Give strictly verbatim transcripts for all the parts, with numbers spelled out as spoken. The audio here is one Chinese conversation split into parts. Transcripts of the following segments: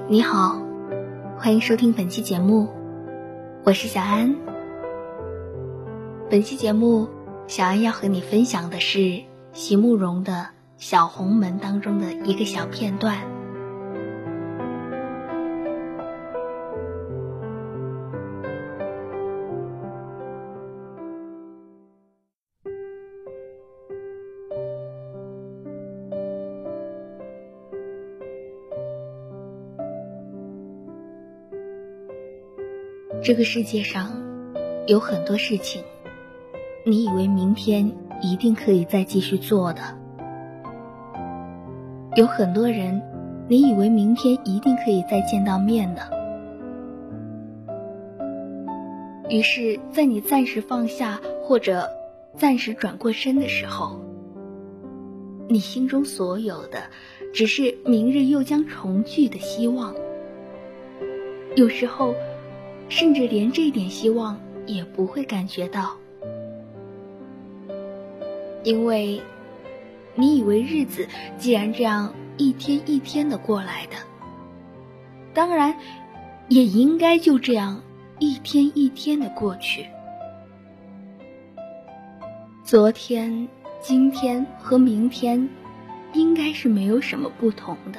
你好，欢迎收听本期节目，我是小安。本期节目，小安要和你分享的是席慕容的《小红门》当中的一个小片段。这个世界上有很多事情，你以为明天一定可以再继续做的，有很多人，你以为明天一定可以再见到面的。于是在你暂时放下或者暂时转过身的时候，你心中所有的只是明日又将重聚的希望。有时候甚至连这点希望也不会感觉到，因为你以为日子既然这样一天一天的过来的，当然也应该就这样一天一天的过去。昨天、今天和明天应该是没有什么不同的，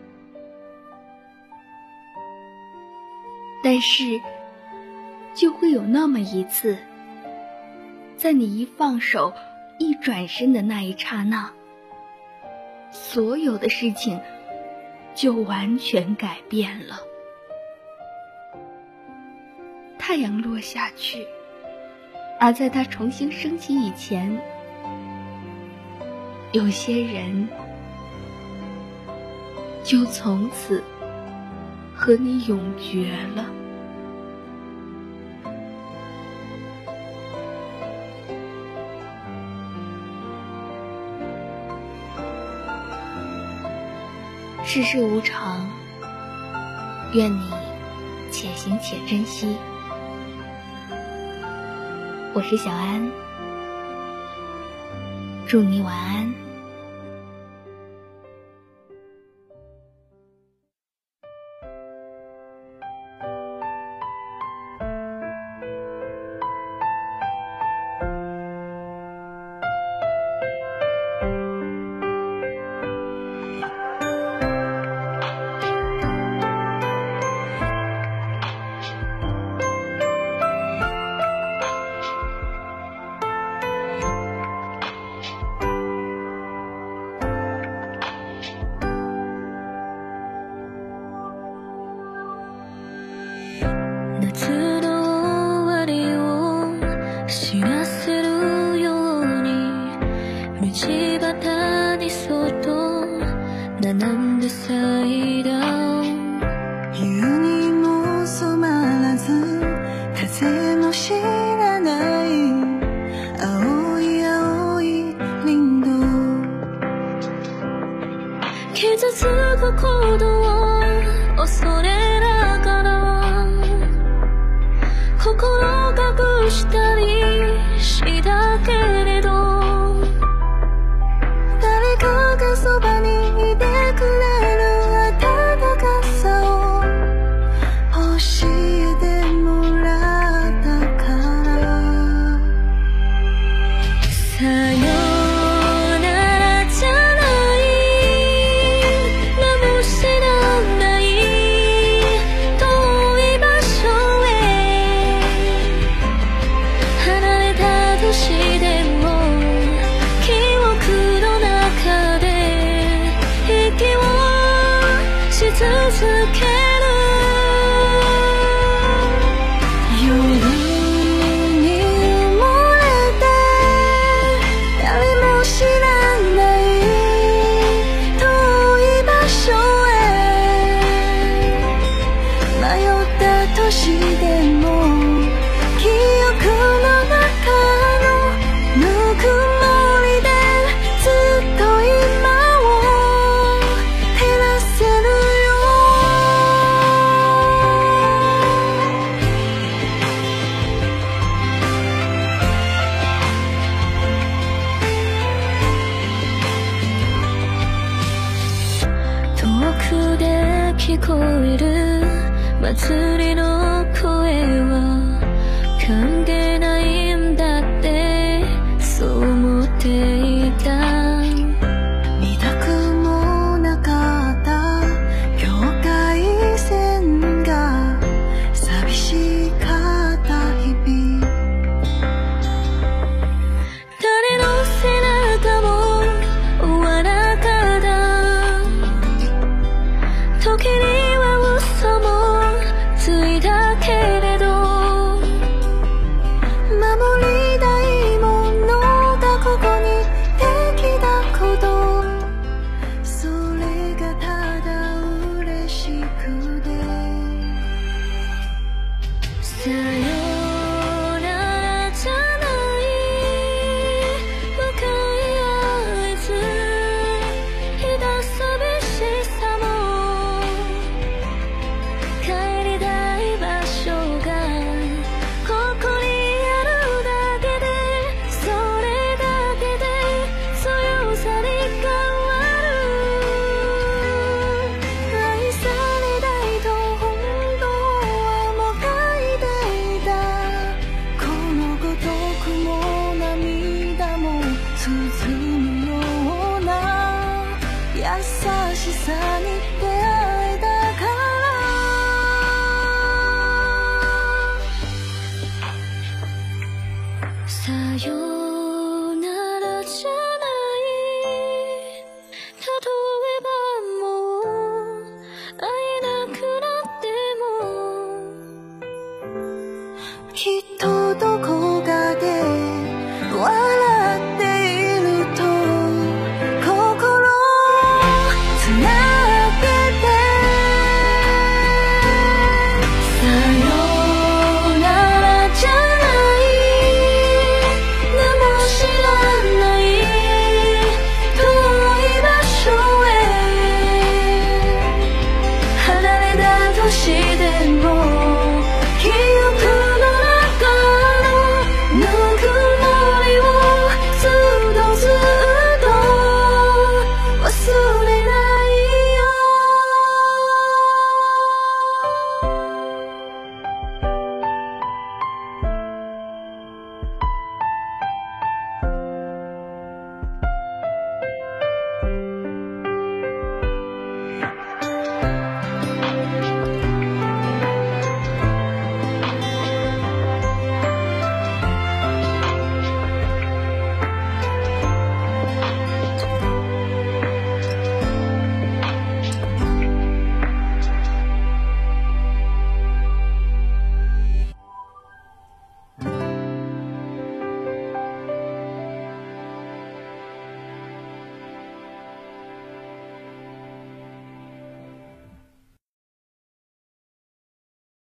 但是就会有那么一次，在你一放手一转身的那一刹那，所有的事情就完全改变了。太阳落下去，而在它重新升起以前，有些人就从此和你永绝了。世事无常，愿你且行且珍惜。我是小安，祝你晚安。 夏の終わりを知らせるように道端にそっと並んで咲いた夕にも染まらず風も知らない青い青い林道傷つくことを恐れながら心隠したりしたけれど誰かがそばにいてくれる温かさを教えてもらったからさよならじゃない名も知らない遠い場所離れたとしても記憶の中で息をし続ける夜に埋もれて誰も知らない遠い場所へ迷ったとしても記憶の中のぬくもりでずっと今を照らせるよ遠くで聞こえる祭りの声は